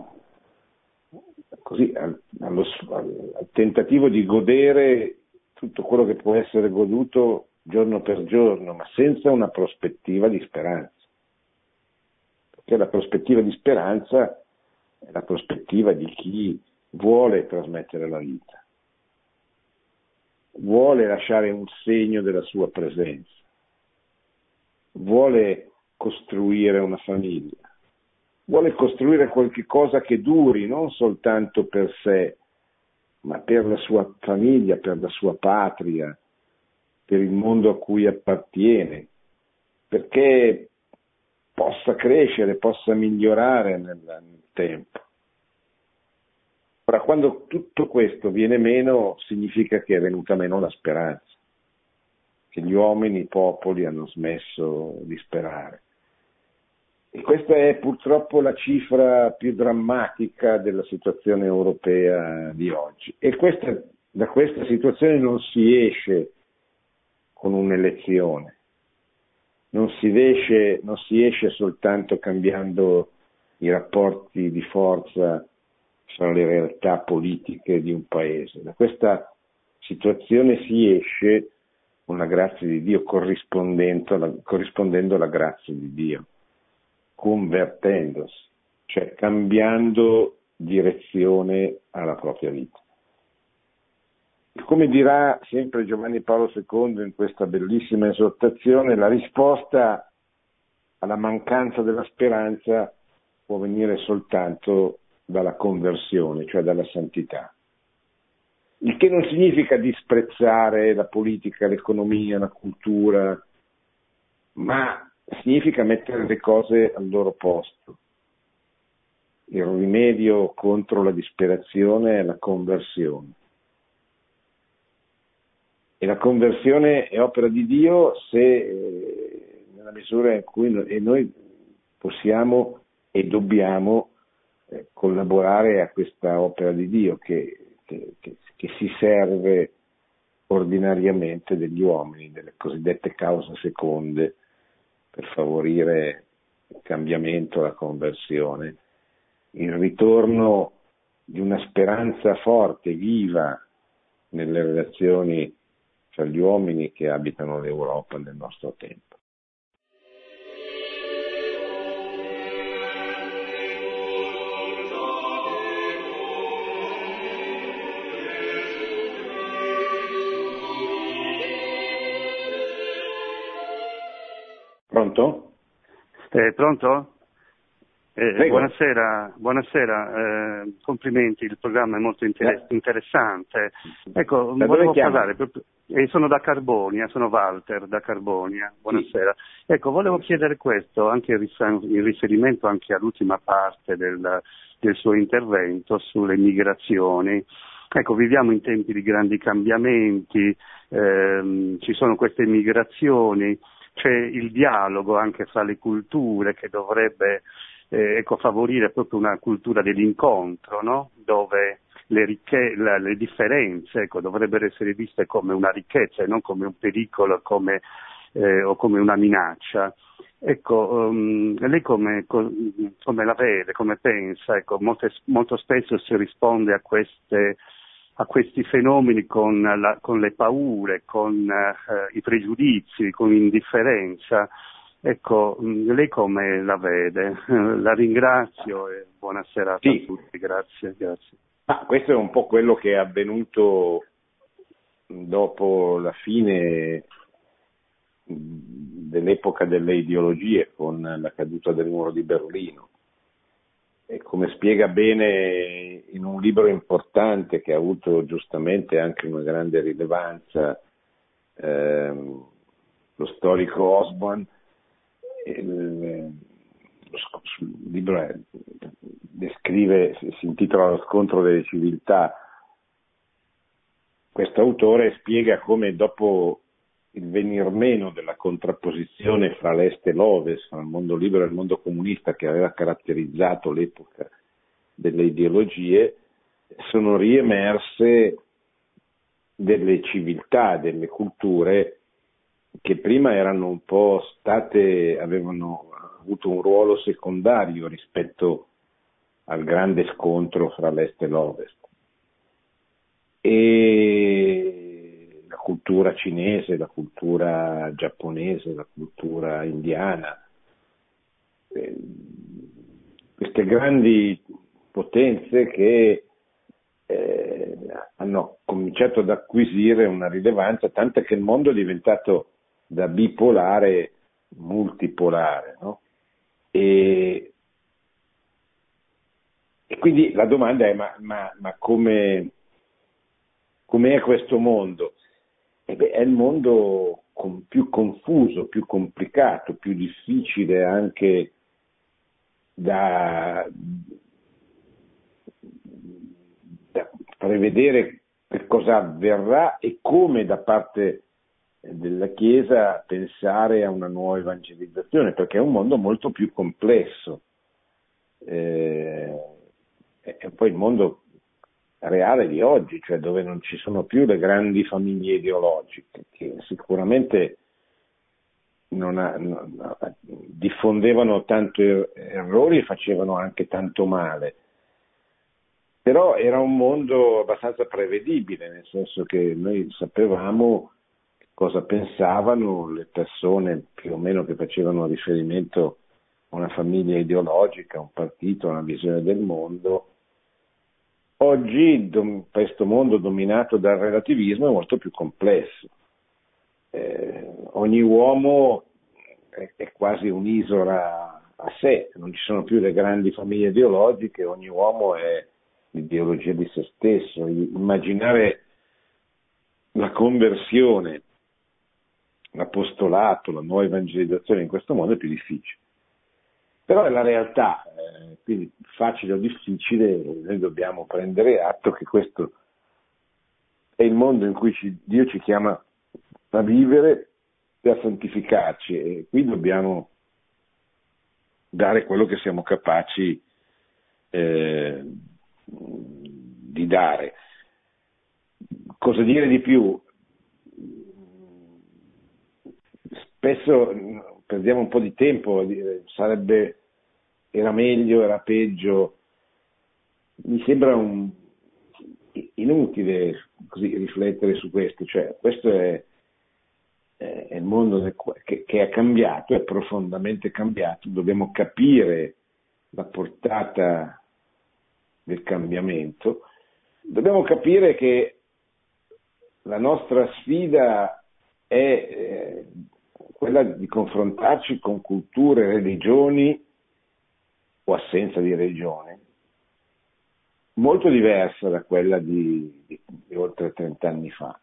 tentativo di godere tutto quello che può essere goduto giorno per giorno, ma senza una prospettiva di speranza. Perché la prospettiva di speranza è la prospettiva di chi vuole trasmettere la vita, vuole lasciare un segno della sua presenza, vuole costruire una famiglia, vuole costruire qualche cosa che duri non soltanto per sé, ma per la sua famiglia, per la sua patria, per il mondo a cui appartiene, perché possa crescere, possa migliorare nel tempo. Ora, quando tutto questo viene meno, significa che è venuta meno la speranza, che gli uomini, i popoli hanno smesso di sperare. E questa è purtroppo la cifra più drammatica della situazione europea di oggi. E da questa situazione non si esce con un'elezione, non si esce soltanto cambiando i rapporti di forza fra le realtà politiche di un paese. Da questa situazione si esce con la grazia di Dio, corrispondendo alla grazia di Dio, convertendosi, cioè cambiando direzione alla propria vita. Come dirà sempre Giovanni Paolo II in questa bellissima esortazione, la risposta alla mancanza della speranza può venire soltanto dalla conversione, cioè dalla santità. Il che non significa disprezzare la politica, l'economia, la cultura, ma significa mettere le cose al loro posto. Il rimedio contro la disperazione è la conversione. E la conversione è opera di Dio se nella misura in cui noi possiamo e dobbiamo collaborare a questa opera di Dio che si serve ordinariamente degli uomini, delle cosiddette cause seconde, per favorire il cambiamento, la conversione, il ritorno di una speranza forte, viva nelle relazioni tra gli uomini che abitano l'Europa nel nostro tempo. Pronto? Pronto? Buonasera, complimenti, il programma è molto interessante. Ecco, volevo parlare, sono da Carbonia, sono Walter da Carbonia, buonasera. Sì. Ecco, volevo chiedere questo, anche in riferimento anche all'ultima parte del suo intervento sulle migrazioni. Ecco, viviamo in tempi di grandi cambiamenti, ci sono queste migrazioni, c'è il dialogo anche fra le culture che dovrebbe favorire proprio una cultura dell'incontro, no? Dove le differenze dovrebbero essere viste come una ricchezza e non come un pericolo o come una minaccia. Ecco, lei come la vede, come pensa? Ecco, molto spesso si risponde a questi fenomeni con le paure, con i pregiudizi, con l'indifferenza. Ecco, lei come la vede? La ringrazio e buona serata a tutti, grazie. Questo è un po' quello che è avvenuto dopo la fine dell'epoca delle ideologie con la caduta del muro di Berlino. E come spiega bene in un libro importante che ha avuto giustamente anche una grande rilevanza lo storico Osborne, il libro si intitola Lo scontro delle civiltà, questo autore spiega come dopo il venir meno della contrapposizione fra l'Est e l'Ovest, fra il mondo libero e il mondo comunista che aveva caratterizzato l'epoca delle ideologie, sono riemerse delle civiltà, delle culture che prima erano un po' avevano avuto un ruolo secondario rispetto al grande scontro fra l'Est e l'Ovest. E la cultura cinese, la cultura giapponese, la cultura indiana, queste grandi potenze che hanno cominciato ad acquisire una rilevanza, tanto che il mondo è diventato da bipolare multipolare, no? E quindi la domanda è ma come è questo mondo? È il mondo più confuso, più complicato, più difficile anche da prevedere che cosa avverrà e come da parte della Chiesa pensare a una nuova evangelizzazione, perché è un mondo molto più complesso. È poi il mondo reale di oggi, cioè dove non ci sono più le grandi famiglie ideologiche, che sicuramente diffondevano tanto errori e facevano anche tanto male. Però era un mondo abbastanza prevedibile, nel senso che noi sapevamo cosa pensavano le persone più o meno che facevano riferimento a una famiglia ideologica, a un partito, a una visione del mondo. Oggi questo mondo dominato dal relativismo è molto più complesso. Ogni uomo è quasi un'isola a sé, non ci sono più le grandi famiglie ideologiche, ogni uomo è l'ideologia di se stesso. Immaginare la conversione, l'apostolato, la nuova evangelizzazione in questo mondo è più difficile. Però è la realtà, quindi facile o difficile, noi dobbiamo prendere atto che questo è il mondo in cui Dio ci chiama a vivere e a santificarci, e qui dobbiamo dare quello che siamo capaci di dare. Cosa dire di più? Spesso perdiamo un po' di tempo a dire era meglio, era peggio. Mi sembra inutile così riflettere su questo, cioè questo è il mondo che è cambiato, è profondamente cambiato, dobbiamo capire la portata del cambiamento, dobbiamo capire che la nostra sfida è quella di confrontarci con culture, religioni o assenza di religione molto diversa da quella di oltre 30 anni fa.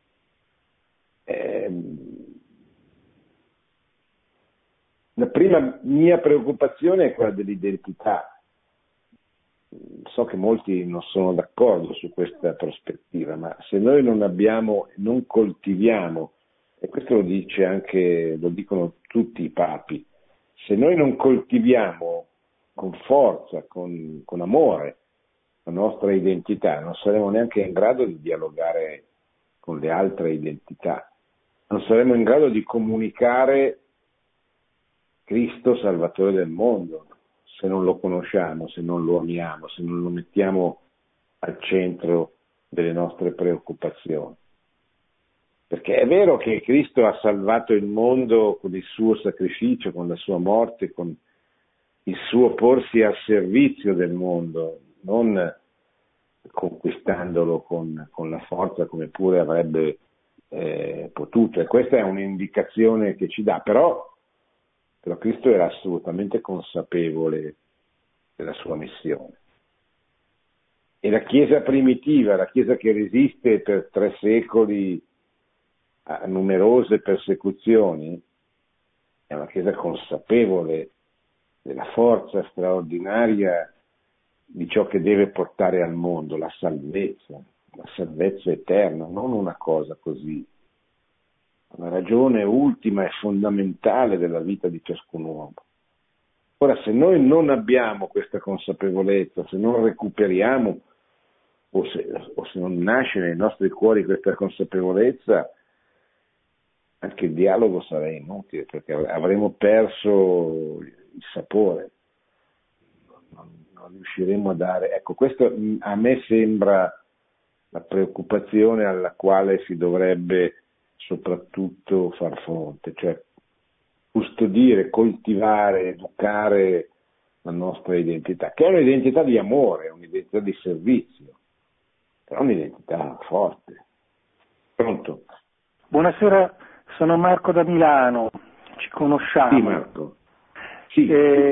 La prima mia preoccupazione è quella dell'identità. So che molti non sono d'accordo su questa prospettiva, ma se noi non coltiviamo, e questo lo dicono tutti i papi, se noi non coltiviamo con forza, con amore la nostra identità, non saremo neanche in grado di dialogare con le altre identità, non saremo in grado di comunicare Cristo Salvatore del mondo, se non lo conosciamo, se non lo amiamo, se non lo mettiamo al centro delle nostre preoccupazioni. Perché è vero che Cristo ha salvato il mondo con il suo sacrificio, con la sua morte, con il suo porsi al servizio del mondo, non conquistandolo con la forza come pure avrebbe potuto. E questa è un'indicazione che ci dà, però Cristo era assolutamente consapevole della sua missione. E la Chiesa primitiva, la Chiesa che resiste per 3 secoli a numerose persecuzioni, è una Chiesa consapevole della forza straordinaria di ciò che deve portare al mondo, la salvezza, la salvezza eterna, non una cosa così, una ragione ultima e fondamentale della vita di ciascun uomo. Ora, se noi non abbiamo questa consapevolezza, se non recuperiamo o se non nasce nei nostri cuori questa consapevolezza, anche il dialogo sarà inutile, perché avremo perso il sapore, non riusciremo a dare. Ecco, questo a me sembra la preoccupazione alla quale si dovrebbe soprattutto far fronte, cioè custodire, coltivare, educare la nostra identità, che è un'identità di amore, è un'identità di servizio, però un'identità forte. Pronto? Buonasera, sono Marco da Milano, ci conosciamo. Sì, Marco. Sì.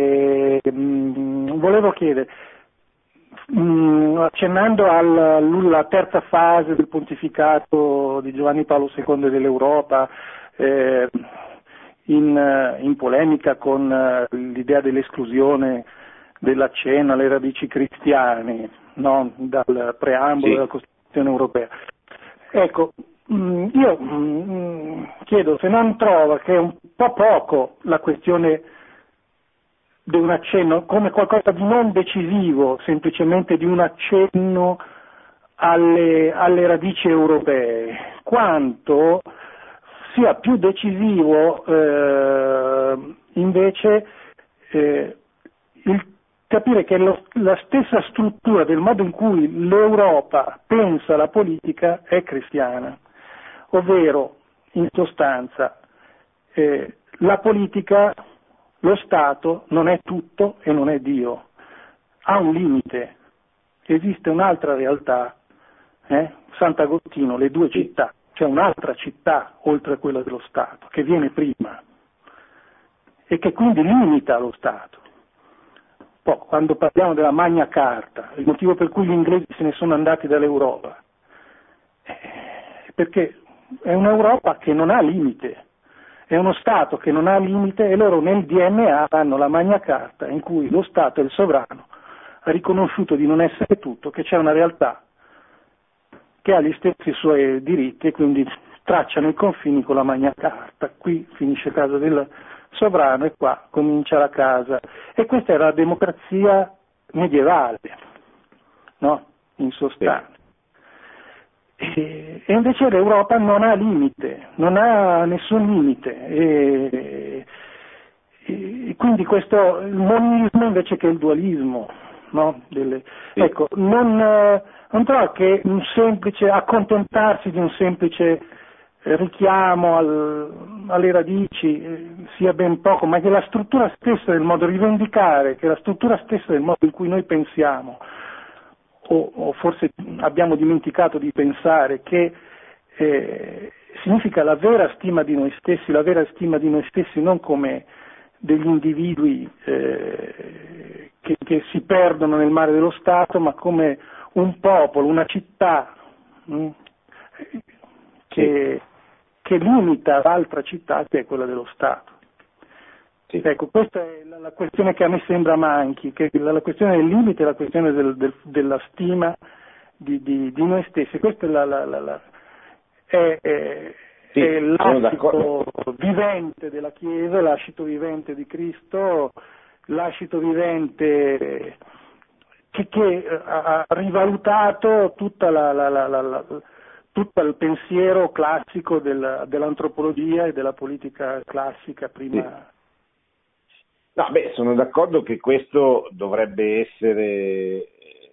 Volevo chiedere, accennando alla terza fase del pontificato di Giovanni Paolo II dell'Europa, in polemica con l'idea dell'esclusione della cena alle radici cristiane, no? Dal preambolo della Costituzione europea. Ecco, io chiedo se non trova che è un po' poco la questione di un accenno, come qualcosa di non decisivo, semplicemente di un accenno alle radici europee, quanto sia più decisivo invece il capire che la stessa struttura del modo in cui l'Europa pensa la politica è cristiana, ovvero in sostanza la politica, lo Stato non è tutto e non è Dio, ha un limite, esiste un'altra realtà, Sant'Agostino, le due città, c'è un'altra città oltre a quella dello Stato che viene prima e che quindi limita lo Stato. Poi quando parliamo della Magna Carta, il motivo per cui gli inglesi se ne sono andati dall'Europa perché è un'Europa che non ha limite, è uno Stato che non ha limite e loro nel DNA hanno la Magna Carta in cui lo Stato, il sovrano, ha riconosciuto di non essere tutto, che c'è una realtà che ha gli stessi suoi diritti e quindi tracciano i confini con la Magna Carta. Qui finisce casa del sovrano e qua comincia la casa. E questa era la democrazia medievale, no? In sostanza. E invece l'Europa non ha limite, non ha nessun limite. E quindi questo il monismo invece che il dualismo, no? Ecco, non trovo che un semplice accontentarsi di un semplice richiamo alle radici sia ben poco, ma che la struttura stessa del modo rivendicare, che la struttura stessa del modo in cui noi pensiamo, o forse abbiamo dimenticato di pensare che significa la vera stima di noi stessi non come degli individui che si perdono nel mare dello Stato, ma come un popolo, una città che limita l'altra città che è quella dello Stato. Sì. Ecco, questa è la questione che a me sembra manchi, che la questione del limite è la questione della stima di noi stessi. Questo è l'ascito vivente della Chiesa, l'ascito vivente di Cristo, l'ascito vivente che ha rivalutato tutto il pensiero classico dell'antropologia e della politica classica prima. Sì. No, sono d'accordo che questo dovrebbe essere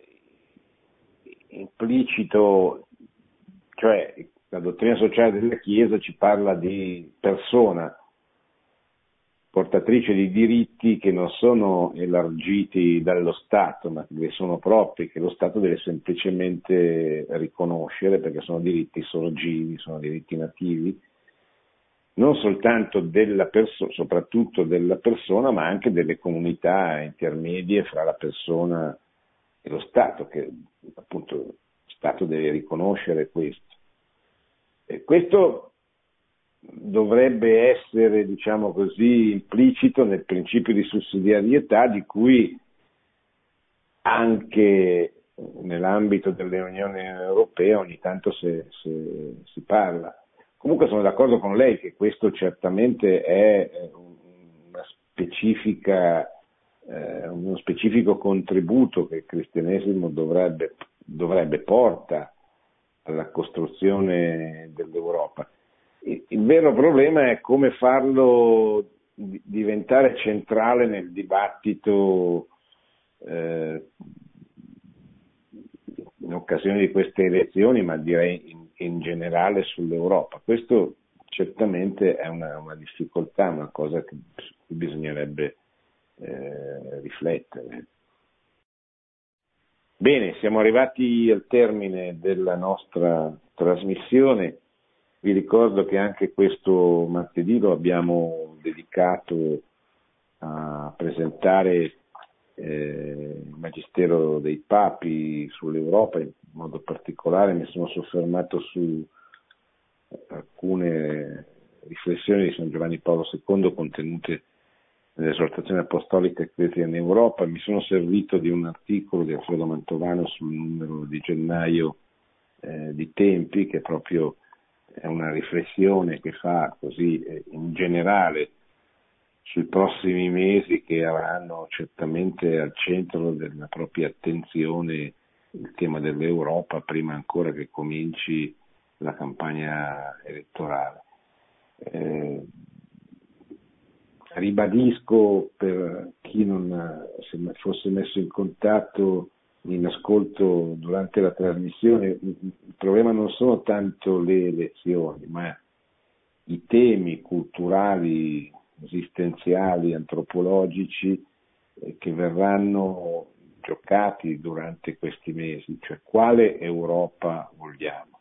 implicito, cioè la dottrina sociale della Chiesa ci parla di persona portatrice di diritti che non sono elargiti dallo Stato, ma che sono propri, che lo Stato deve semplicemente riconoscere perché sono diritti sorgivi, sono diritti nativi, non soltanto della persona, soprattutto della persona, ma anche delle comunità intermedie fra la persona e lo Stato, che appunto lo Stato deve riconoscere questo. E questo dovrebbe essere, diciamo così, implicito nel principio di sussidiarietà di cui anche nell'ambito dell'Unione Europea ogni tanto si parla. Comunque sono d'accordo con lei che questo certamente è uno specifico contributo che il cristianesimo porta alla costruzione dell'Europa. Il vero problema è come farlo diventare centrale nel dibattito in occasione di queste elezioni, ma direi in generale sull'Europa. Questo certamente è una difficoltà, una cosa su cui bisognerebbe riflettere. Bene, siamo arrivati al termine della nostra trasmissione. Vi ricordo che anche questo martedì lo abbiamo dedicato a presentare il Magistero dei Papi sull'Europa. In modo particolare mi sono soffermato su alcune riflessioni di San Giovanni Paolo II contenute nell'esortazione apostolica Ecclesia in Europa. Mi sono servito di un articolo di Alfredo Mantovano sul numero di gennaio di Tempi, che proprio è una riflessione che fa così in generale sui prossimi mesi, che avranno certamente al centro della propria attenzione il tema dell'Europa, prima ancora che cominci la campagna elettorale. Ribadisco, per chi non fosse messo in contatto in ascolto durante la trasmissione, il problema non sono tanto le elezioni, ma i temi culturali, esistenziali, antropologici che verranno giocati durante questi mesi, cioè quale Europa vogliamo.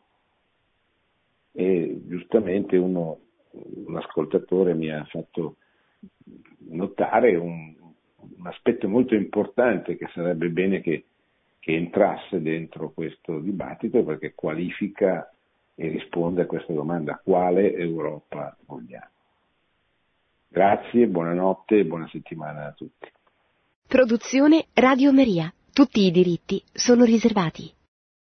E giustamente un ascoltatore mi ha fatto notare un aspetto molto importante che sarebbe bene che entrasse dentro questo dibattito, perché qualifica e risponde a questa domanda: quale Europa vogliamo? Grazie, buonanotte e buona settimana a tutti. Produzione Radio Maria. Tutti i diritti sono riservati.